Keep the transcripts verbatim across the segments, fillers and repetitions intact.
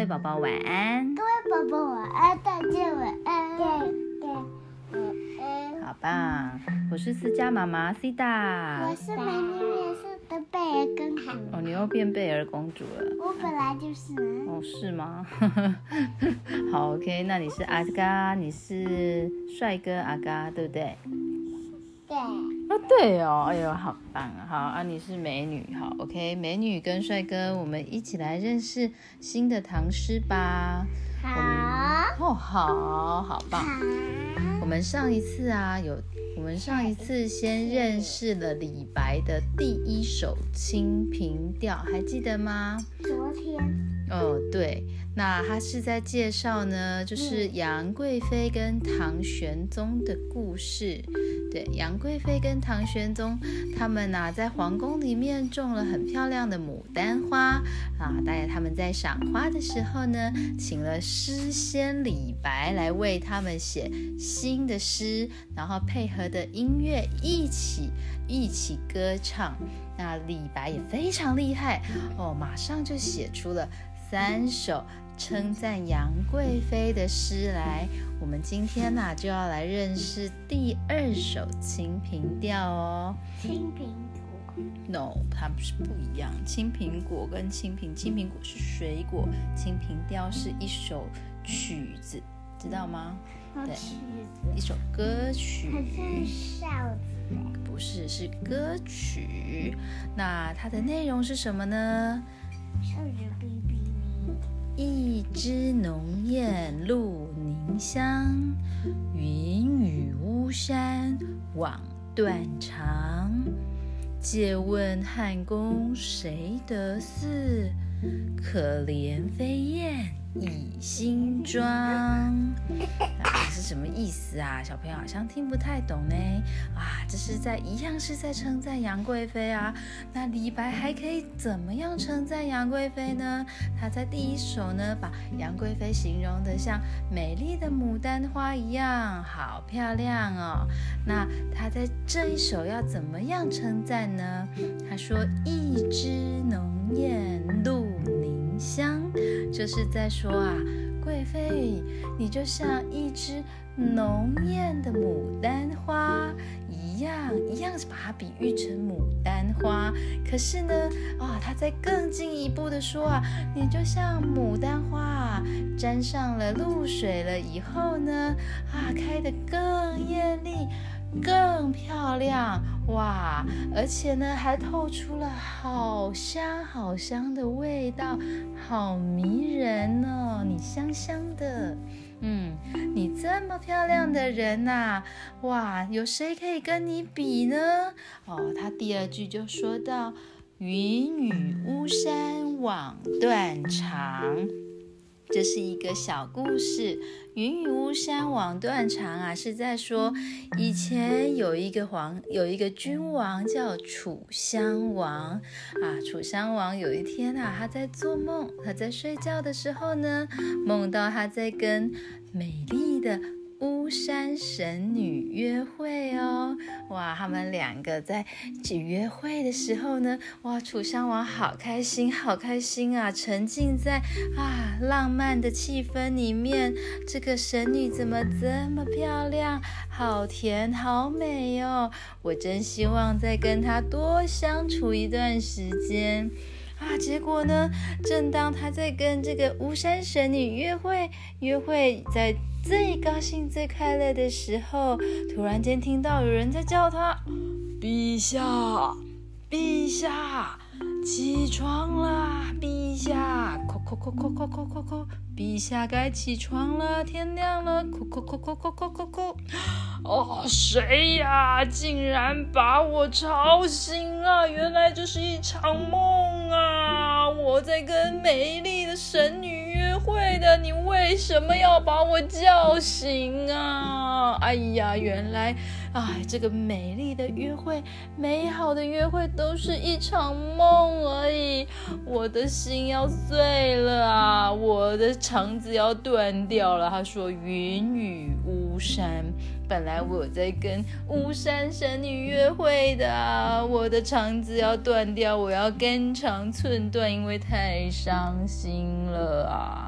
位宝宝晚安。 各位宝宝晚安，大家晚安。对对晚安。 好棒！我是思佳妈妈 C 大。 我是美丽美色的贝儿公主。 哦，你又变贝儿公主了。 我本来就是。 哦，是吗？好 ，OK， 那你是阿嘎，你是帅哥阿嘎，对不对？ 对。 哦，对哦，哎呦，好棒啊！好啊，你是美女，好 ，OK， 美女跟帅哥，我们一起来认识新的唐诗吧。 好。 哦，好好棒。 好。 我们上一次啊，有我们上一次先认识了李白的第一首《清平调》，还记得吗？ 昨天。 哦，对，那他是在介绍呢，就是杨贵妃跟唐玄宗的故事。对，杨贵妃跟唐玄宗他们啊，在皇宫里面种了很漂亮的牡丹花啊。大概他们在赏花的时候呢，请了诗仙李白来为他们写新的诗，然后配合的音乐一起一起歌唱。那李白也非常厉害哦，马上就写出了三首称赞杨贵妃的诗来。我们今天呢、啊、就要来认识第二首《清平调》哦。 青苹果 No， 它们是不一样。青苹果跟青苹，青苹果是水果，清平调是一首曲子，知道吗？对，一首歌曲。 好像哨子。 不是，是歌曲。那它的内容是什么呢？ 哨子哔哔哔。 一枝浓艳露凝香，云雨巫山枉断肠。借问汉宫谁得似？可怜飞燕倚新妆。啊，这是什么意思啊？小朋友好像听不太懂呢。啊，这是在一样是在称赞杨贵妃啊。那李白还可以怎么样称赞杨贵妃呢？他在第一首呢，把杨贵妃形容得像美丽的牡丹花一样，好漂亮哦。那他在这一首要怎么样称赞呢？他说一枝浓艳露凝香，就是在说啊，贵妃你就像一枝浓艳的牡丹花一样，一样是把它比喻成牡丹花。可是呢，啊，他再更进一步的说啊，你就像牡丹花啊，沾上了露水了以后呢，啊，开得更艳丽，更漂亮哇！而且呢，还透出了好香好香的味道，好迷人哦！你香香的，嗯，你这么漂亮的人呐、啊，哇，有谁可以跟你比呢？哦，他第二句就说到“云雨巫山枉断肠”。这是一个小故事，云雨巫山枉断肠啊，是在说以前有一个皇，有一个君王叫楚襄王啊。楚襄王有一天啊，他在做梦，他在睡觉的时候呢，梦到他在跟美丽的巫山神女约会哦，哇，他们两个在约会的时候呢，哇，楚襄王好开心，好开心啊，沉浸在啊浪漫的气氛里面。这个神女怎么这么漂亮，好甜，好美哦！我真希望再跟她多相处一段时间。啊，结果呢，正当他在跟这个巫山神女约会，约会在最高兴、最快乐的时候，突然间听到有人在叫他：“陛下，陛下，起床啦！陛下，叩叩叩叩叩叩叩叩，陛下该起床了，天亮了，叩叩叩叩叩叩叩叩。”哦，谁呀？竟然把我吵醒了！原来这是一场梦啊！我在跟美丽的神女约会的，你为什么要把我叫醒啊？哎呀，原来，哎，这个美丽的约会，美好的约会都是一场梦而已。我的心要碎了啊！我的肠子要断掉了。他说：“云雨巫山。”本来我在跟巫山神女约会的啊，我的肠子要断掉，我要肝肠寸断，因为太伤心了啊！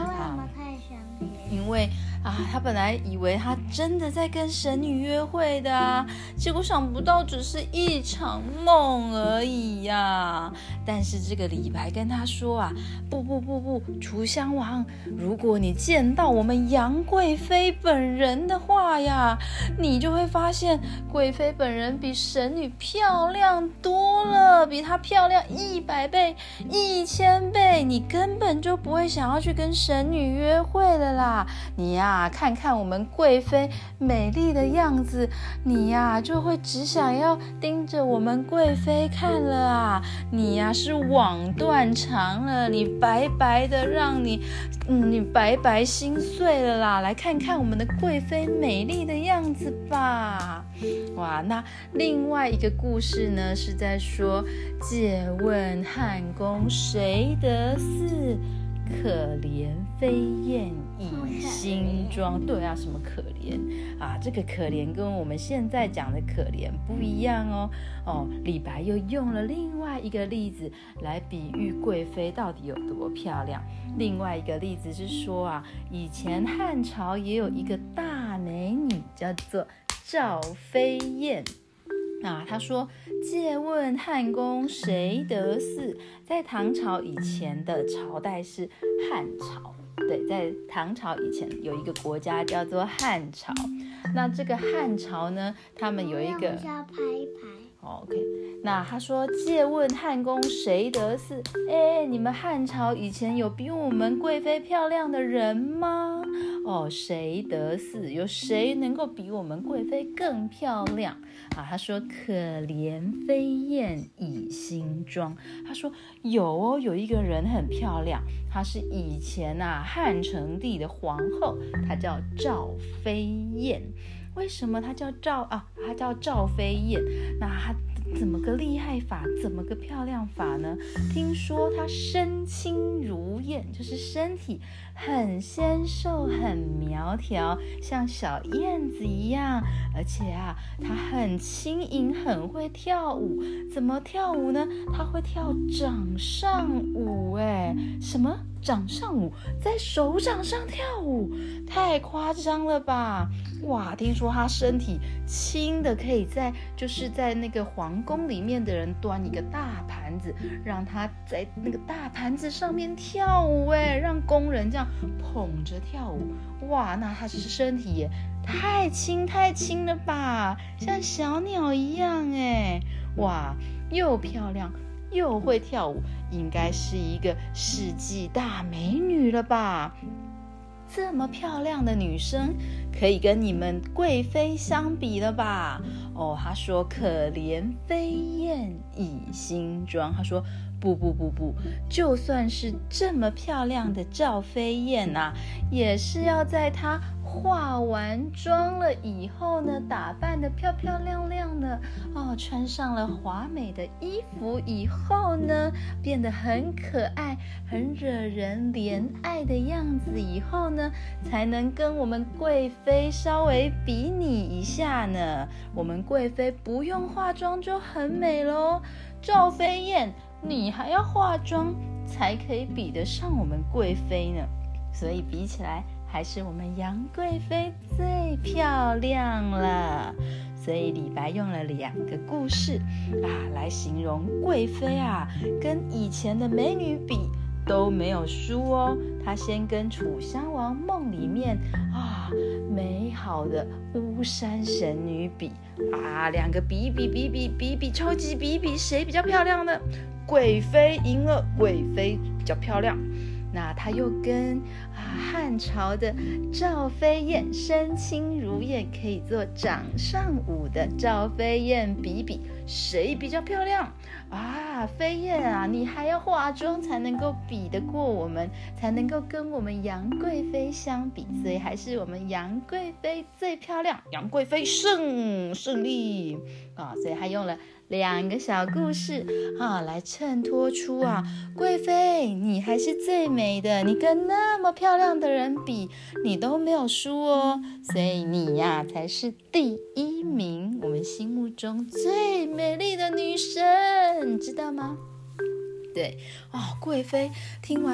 为什么太生气？ 因为啊，他本来以为他真的在跟神女约会的啊，结果想不到只是一场梦而已呀、啊。但是这个李白跟他说啊，不不不不，楚襄王，如果你见到我们杨贵妃本人的话呀，你就会发现贵妃本人比神女漂亮多了，比她漂亮一百倍、一千倍，你根本就不会想要去跟神女约会了啦。你呀、啊，看看我们贵妃美丽的样子，你呀、啊、就会只想要盯着我们贵妃看了啊。你呀、啊、是网断肠了，你白白的让你，嗯，你白白心碎了啦。来看看我们的贵妃美丽的样子吧。哇，那另外一个故事呢，是在说，借问汉宫谁得似？可怜飞燕倚新妆。对啊，什么可怜啊？这个可怜跟我们现在讲的可怜不一样哦。哦，李白又用了另外一个例子来比喻贵妃到底有多漂亮。另外一个例子是说啊，以前汉朝也有一个大美女叫做赵飞燕。啊，他说：“借问汉宫谁得似？”在唐朝以前的朝代是汉朝，对，在唐朝以前有一个国家叫做汉朝。那这个汉朝呢，他们有一个拍一拍。 OK， 那他说：“借问汉宫谁得似？”哎，你们汉朝以前有比我们贵妃漂亮的人吗？哦，谁得似？有谁能够比我们贵妃更漂亮啊？他说：“可怜飞燕倚新妆。”他说有哦，有一个人很漂亮，她是以前啊汉成帝的皇后，她叫赵飞燕。为什么她叫赵啊？她叫赵飞燕。那她怎么个厉害法？怎么个漂亮法呢？听说她身轻如燕，就是身体很纤瘦、很苗条，像小燕子一样。而且啊，她很轻盈，很会跳舞。怎么跳舞呢？她会跳掌上舞。哎，什么？掌上舞，在手掌上跳舞，太夸张了吧！哇，听说他身体轻的，可以在就是在那个皇宫里面的人端一个大盘子，让他在那个大盘子上面跳舞，哎，让工人这样捧着跳舞。哇，那他是身体也太轻太轻了吧，像小鸟一样，哎，哇，又漂亮又会跳舞，应该是一个世纪大美女了吧？这么漂亮的女生，可以跟你们贵妃相比了吧？哦，她说可怜飞燕倚新妆。她说不不不不，就算是这么漂亮的赵飞燕啊，也是要在她化完妆了以后呢，打扮得漂漂亮亮的哦，穿上了华美的衣服以后呢，变得很可爱、很惹人怜爱的样子以后呢，才能跟我们贵妃稍微比拟一下呢。我们贵妃不用化妆就很美咯。赵飞燕，你还要化妆才可以比得上我们贵妃呢。所以比起来，还是我们杨贵妃最漂亮了。所以李白用了两个故事啊，来形容贵妃啊，跟以前的美女比都没有输哦。他先跟楚襄王梦里面啊美好的巫山神女比啊，两个比比比比比比超级比比，谁比较漂亮呢？贵妃赢了，贵妃比较漂亮。那他又跟啊汉朝的赵飞燕，身轻如燕，可以做掌上舞的赵飞燕比比，谁比较漂亮啊？飞燕啊，你还要化妆才能够比得过我们，才能够跟我们杨贵妃相比，所以还是我们杨贵妃最漂亮，杨贵妃胜胜利啊！所以他用了两个小故事啊，来衬托出啊，贵妃你还是最美的，你跟那么漂亮的人比，你都没有输哦，所以你呀才是第一名，我们心目中最美丽的女神，知道吗？对哦，贵妃听完又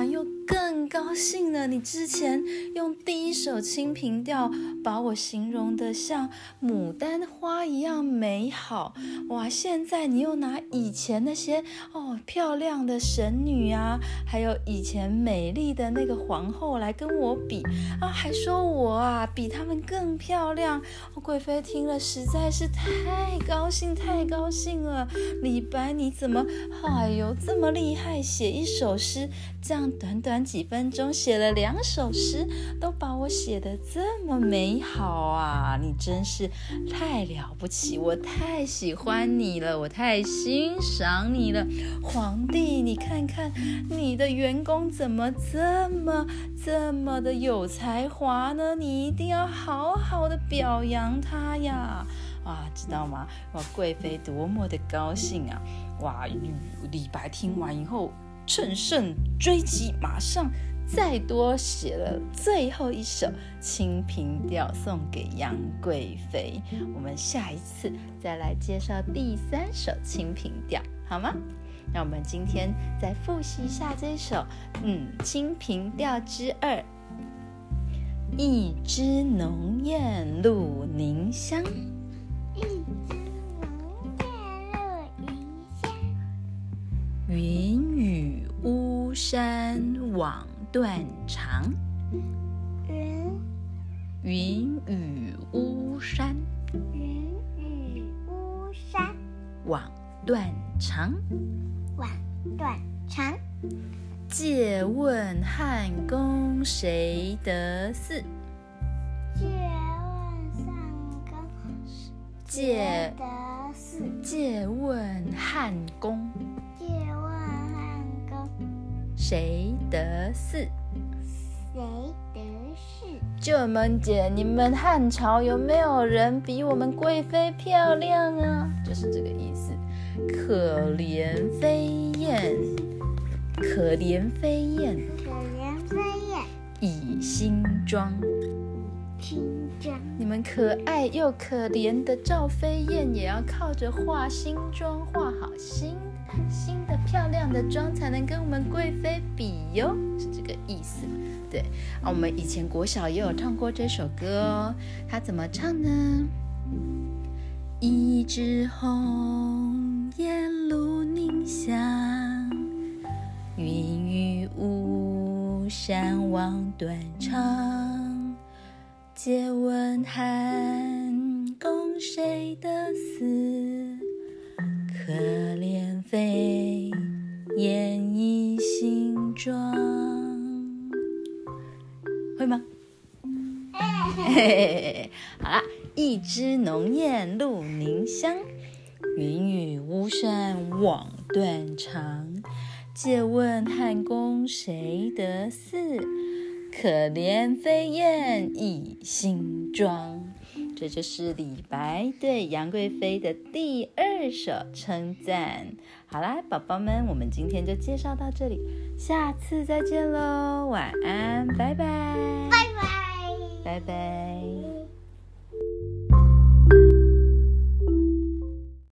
更高兴了。你之前用第一首清平调把我形容得像牡丹花一样美好，哇！现在你又拿以前那些哦漂亮的神女啊，还有以前美丽的那个皇后来跟我比啊，还说我啊比她们更漂亮。哦、贵妃听了实在是太高兴，太高兴了。李白，你怎么哎呦这么厉害，写一首诗，这样短短几分钟写了两首诗，都把我写得这么美好啊！你真是太了不起，我太喜欢你了，我太欣赏你了。皇帝，你看看你的员工怎么这么这么的有才华呢？你一定要好好的表扬他呀！啊，知道吗？哇，贵妃多么的高兴啊！哇，李白听完以后乘胜追击，马上再多写了最后一首清平调送给杨贵妃。我们下一次再来介绍第三首清平调，好吗？那我们今天再复习一下这首嗯清平调之二。一枝浓艳露凝香， 一枝浓艳露凝香。 云雨巫山枉断肠， 云云雨巫山云雨巫山枉断肠， 枉断肠。 借问汉宫谁得似？ 借问上宫借得似？ 借问汉宫借问汉宫谁得似？ 谁得似？ 九门姐，你们汉朝有没有人比我们贵妃漂亮啊？就是这个意思。可怜飞燕，可怜飞燕， 可怜飞燕倚新妆。 新妆。 你们可爱又可怜的赵飞燕，也要靠着化新妆，化好新新的漂亮的妆，才能跟我们贵妃比哟，是这个意思。对啊，我们以前国小也有唱过这首歌哦。它怎么唱呢？一枝红艳露凝香，云雨巫山枉断肠。借问汉宫谁得似？可怜飞燕倚新妆。会吗？嘿嘿嘿，好啦，一枝浓艳露凝香，云雨巫山枉断肠。借问汉宫谁得似？可怜飞燕倚新妆。这就是李白对杨贵妃的第二首称赞。好啦，宝宝们，我们今天就介绍到这里，下次再见喽，晚安，拜拜， 拜拜， 拜拜。